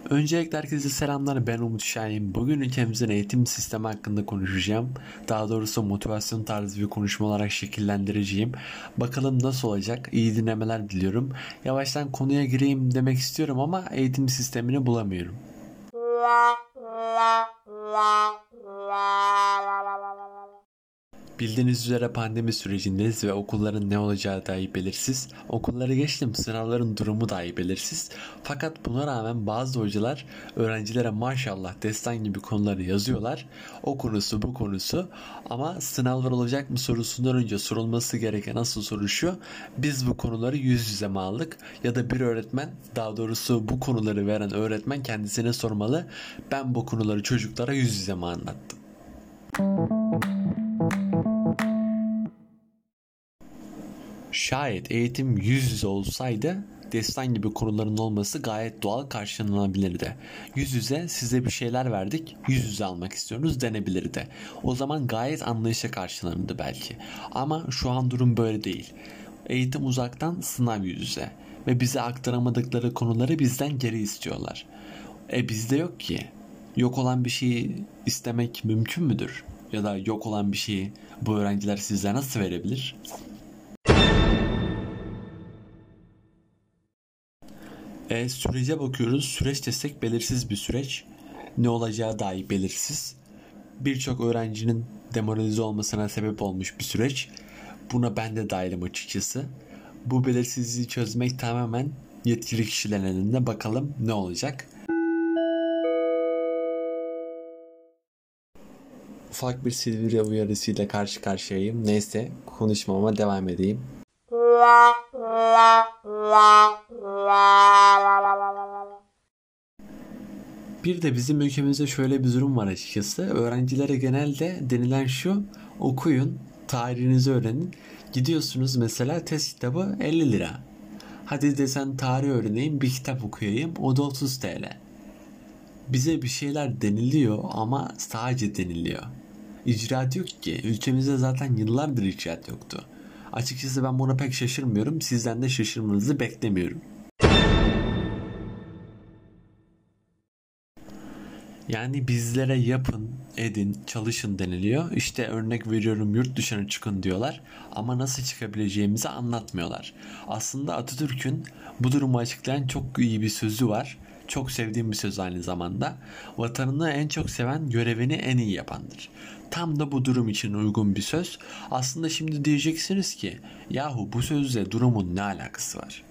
Öncelikle herkese selamlar, ben Umut Şahin. Bugün ülkemizin eğitim sistemi hakkında konuşacağım. Daha doğrusu motivasyon tarzı bir konuşma olarak şekillendireceğim. Bakalım nasıl olacak? İyi dinlemeler diliyorum. Yavaştan konuya gireyim demek istiyorum ama eğitim sistemini bulamıyorum. Bildiğiniz üzere pandemi sürecindeyiz ve okulların ne olacağı dahi belirsiz. Okulları geçtim, sınavların durumu dahi belirsiz. Fakat buna rağmen bazı hocalar öğrencilere maşallah destan gibi konuları yazıyorlar. O konusu bu konusu ama sınavlar olacak mı sorusundan önce sorulması gereken asıl soru şu: biz bu konuları yüz yüze mi aldık? Ya da bir öğretmen, daha doğrusu bu konuları veren öğretmen kendisine sormalı: ben bu konuları çocuklara yüz yüze mi anlattım? Şayet eğitim yüz yüze olsaydı destan gibi konuların olması gayet doğal karşılanabilirdi. Yüz yüze size bir şeyler verdik, yüz yüze almak istiyorsunuz denebilirdi. O zaman gayet anlayışla karşılanırdı belki. Ama şu an durum böyle değil. Eğitim uzaktan, sınav yüz yüze. Ve bize aktaramadıkları konuları bizden geri istiyorlar. Bizde yok ki. Yok olan bir şeyi istemek mümkün müdür? Ya da yok olan bir şeyi bu öğrenciler size nasıl verebilir? Sürece bakıyoruz. Süreç desek belirsiz bir süreç. Ne olacağı dahi belirsiz. Birçok öğrencinin demoralize olmasına sebep olmuş bir süreç. Buna ben de dahilim açıkçası. Bu belirsizliği çözmek tamamen yetkili kişilerin elinde. Bakalım ne olacak? Ufak bir sivri uyarısıyla karşı karşıyayım. Neyse, konuşmama devam edeyim. Bir de bizim ülkemizde şöyle bir durum var açıkçası. Öğrencilere genelde denilen şu: okuyun, tarihinizi öğrenin. Gidiyorsunuz mesela, test kitabı 50 lira. Hadi desen tarih öğreneyim, bir kitap okuyayım, o da 30 TL. Bize bir şeyler deniliyor ama sadece deniliyor. İcraat yok ki. Ülkemizde zaten yıllardır icraat yoktu. Açıkçası ben buna pek şaşırmıyorum. Sizden de şaşırmanızı beklemiyorum. Yani bizlere yapın, edin, çalışın deniliyor. İşte örnek veriyorum, yurt dışına çıkın diyorlar. Ama nasıl çıkabileceğimizi anlatmıyorlar. Aslında Atatürk'ün bu durumu açıklayan çok iyi bir sözü var. Çok sevdiğim bir söz aynı zamanda. Vatanını en çok seven görevini en iyi yapandır. Tam da bu durum için uygun bir söz. Aslında şimdi diyeceksiniz ki, yahu bu sözle durumun ne alakası var?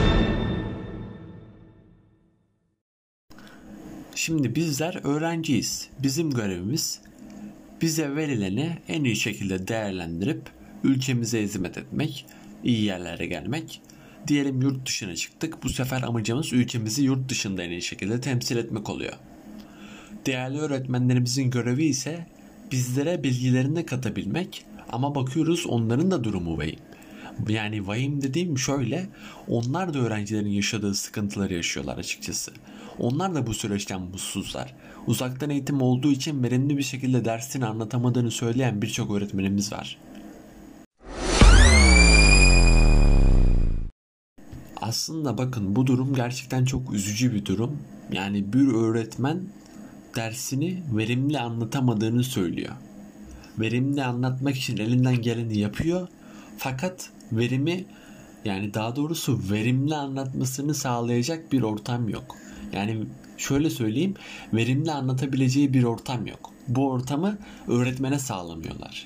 Şimdi bizler öğrenciyiz. Bizim görevimiz bize verileni en iyi şekilde değerlendirip ülkemize hizmet etmek, iyi yerlere gelmek. Diyelim yurt dışına çıktık. Bu sefer amacımız ülkemizi yurt dışında en iyi şekilde temsil etmek oluyor. Değerli öğretmenlerimizin görevi ise bizlere bilgilerini katabilmek, ama bakıyoruz onların da durumu vahim. Yani vahim dediğim şöyle: onlar da öğrencilerin yaşadığı sıkıntıları yaşıyorlar açıkçası. Onlar da bu süreçten mutsuzlar. Uzaktan eğitim olduğu için verimli bir şekilde dersini anlatamadığını söyleyen birçok öğretmenimiz var. Aslında bakın, bu durum gerçekten çok üzücü bir durum. Yani bir öğretmen dersini verimli anlatamadığını söylüyor. Verimli anlatmak için elinden geleni yapıyor. Fakat yani daha doğrusu verimli anlatmasını sağlayacak bir ortam yok. Yani şöyle söyleyeyim, verimli anlatabileceği bir ortam yok. Bu ortamı öğretmene sağlamıyorlar.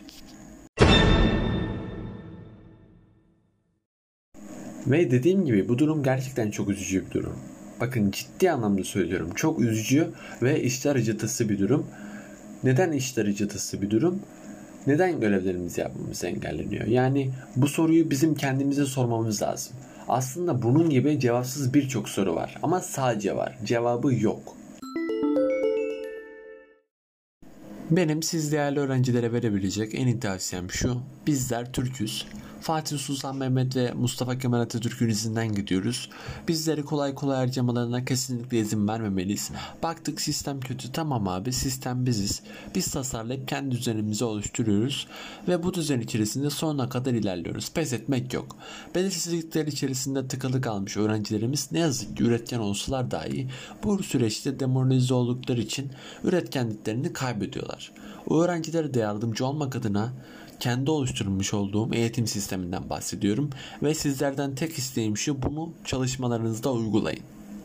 Ve dediğim gibi bu durum gerçekten çok üzücü bir durum. Bakın, ciddi anlamda söylüyorum, çok üzücü ve içler acıtısı bir durum. Neden içler acıtısı bir durum? Neden görevlerimizi yapmamız engelleniyor? Yani bu soruyu bizim kendimize sormamız lazım. Aslında bunun gibi cevapsız birçok soru var ama sadece var, cevabı yok. Benim siz değerli öğrencilere verebilecek en iyi tavsiyem şu: bizler Türk'üz. Fatih Sultan Mehmet ve Mustafa Kemal Atatürk'ün izinden gidiyoruz. Bizleri kolay kolay harcamalarına kesinlikle izin vermemeliyiz. Baktık sistem kötü, tamam abi, sistem biziz. Biz tasarlayıp kendi düzenimizi oluşturuyoruz ve bu düzen içerisinde sonuna kadar ilerliyoruz. Pes etmek yok. Belirsizlikler içerisinde tıkalı kalmış öğrencilerimiz ne yazık ki üretken olsalar dahi bu süreçte demoralize oldukları için üretkenliklerini kaybediyorlar. O öğrencilere de yardımcı olmak adına kendi oluşturmuş olduğum eğitim sisteminden bahsediyorum ve sizlerden tek isteğim şu: bunu çalışmalarınızda uygulayın.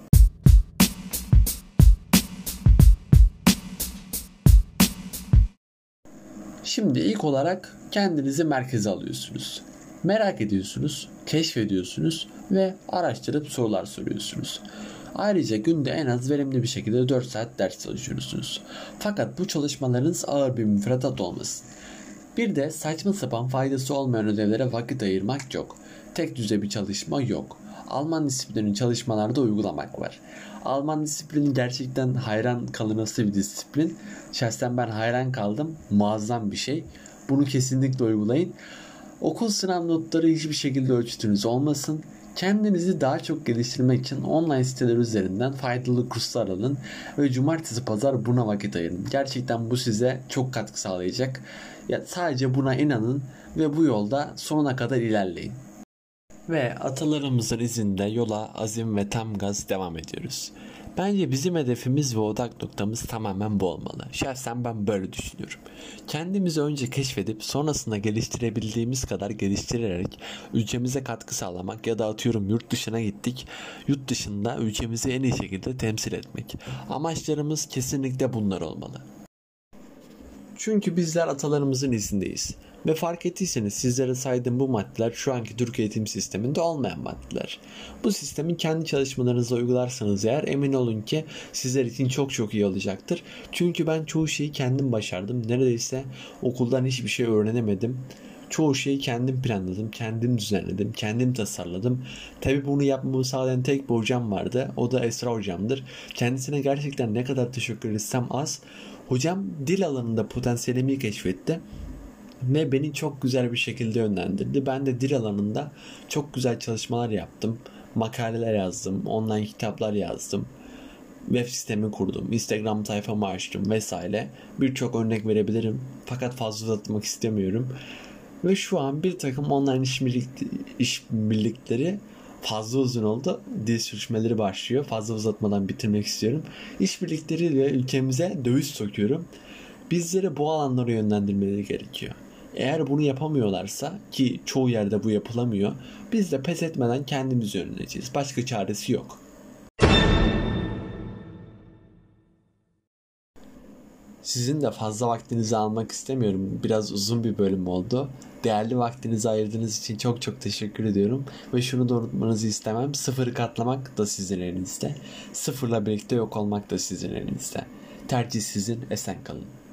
Şimdi ilk olarak kendinizi merkeze alıyorsunuz. Merak ediyorsunuz, keşfediyorsunuz ve araştırıp sorular soruyorsunuz. Ayrıca günde en az verimli bir şekilde 4 saat ders çalışıyorsunuz. Fakat bu çalışmalarınız ağır bir müfredat olmasın. Bir de saçma sapan faydası olmayan ödevlere vakit ayırmak yok. Tek düze bir çalışma yok. Alman disiplinini çalışmalarda uygulamak var. Alman disiplini gerçekten hayran kalınası bir disiplin. Şahsen ben hayran kaldım. Muazzam bir şey. Bunu kesinlikle uygulayın. Okul sınav notları hiçbir şekilde ölçütünüz olmasın. Kendinizi daha çok geliştirmek için online siteler üzerinden faydalı kurslar alın ve cumartesi pazar buna vakit ayırın. Gerçekten bu size çok katkı sağlayacak. Ya sadece buna inanın ve bu yolda sonuna kadar ilerleyin. Ve atalarımızın izinde yola azim ve tam gaz devam ediyoruz. Bence bizim hedefimiz ve odak noktamız tamamen bu olmalı. Şahsen ben böyle düşünüyorum. Kendimizi önce keşfedip sonrasında geliştirebildiğimiz kadar geliştirerek ülkemize katkı sağlamak ya da atıyorum yurt dışına gittik. Yurt dışında ülkemizi en iyi şekilde temsil etmek. Amaçlarımız kesinlikle bunlar olmalı. Çünkü bizler atalarımızın izindeyiz. Ve fark ettiyseniz sizlere saydığım bu maddeler şu anki Türk eğitim sisteminde olmayan maddeler. Bu sistemi kendi çalışmalarınıza uygularsanız eğer emin olun ki sizler için çok çok iyi olacaktır. Çünkü ben çoğu şeyi kendim başardım. Neredeyse okuldan hiçbir şey öğrenemedim. Çoğu şeyi kendim planladım, kendim düzenledim, kendim tasarladım. Tabii bunu yapmamı sağlayan tek bir hocam vardı. O da Esra hocamdır. Kendisine gerçekten ne kadar teşekkür etsem az. Hocam dil alanında potansiyelimi keşfetti ve beni çok güzel bir şekilde yönlendirdi. Ben de dil alanında çok güzel çalışmalar yaptım. Makaleler yazdım, online kitaplar yazdım. Web sistemi kurdum, Instagram sayfamı açtım vesaire. Birçok örnek verebilirim. Fakat fazla uzatmak istemiyorum. Ve şu an bir takım online işbirlikleri fazla uzun oldu. Dil sürüşmeleri başlıyor. Fazla uzatmadan bitirmek istiyorum. İşbirlikleriyle ülkemize döviz sokuyorum. Bizleri bu alanlara yönlendirmeleri gerekiyor. Eğer bunu yapamıyorlarsa, ki çoğu yerde bu yapılamıyor, biz de pes etmeden kendimizi yönleneceğiz. Başka çaresi yok. Sizin de fazla vaktinizi almak istemiyorum. Biraz uzun bir bölüm oldu. Değerli vaktinizi ayırdığınız için çok çok teşekkür ediyorum. Ve şunu da unutmanızı istemem: sıfırı katlamak da sizin elinizde. Sıfırla birlikte yok olmak da sizin elinizde. Tercih sizin, esen kalın.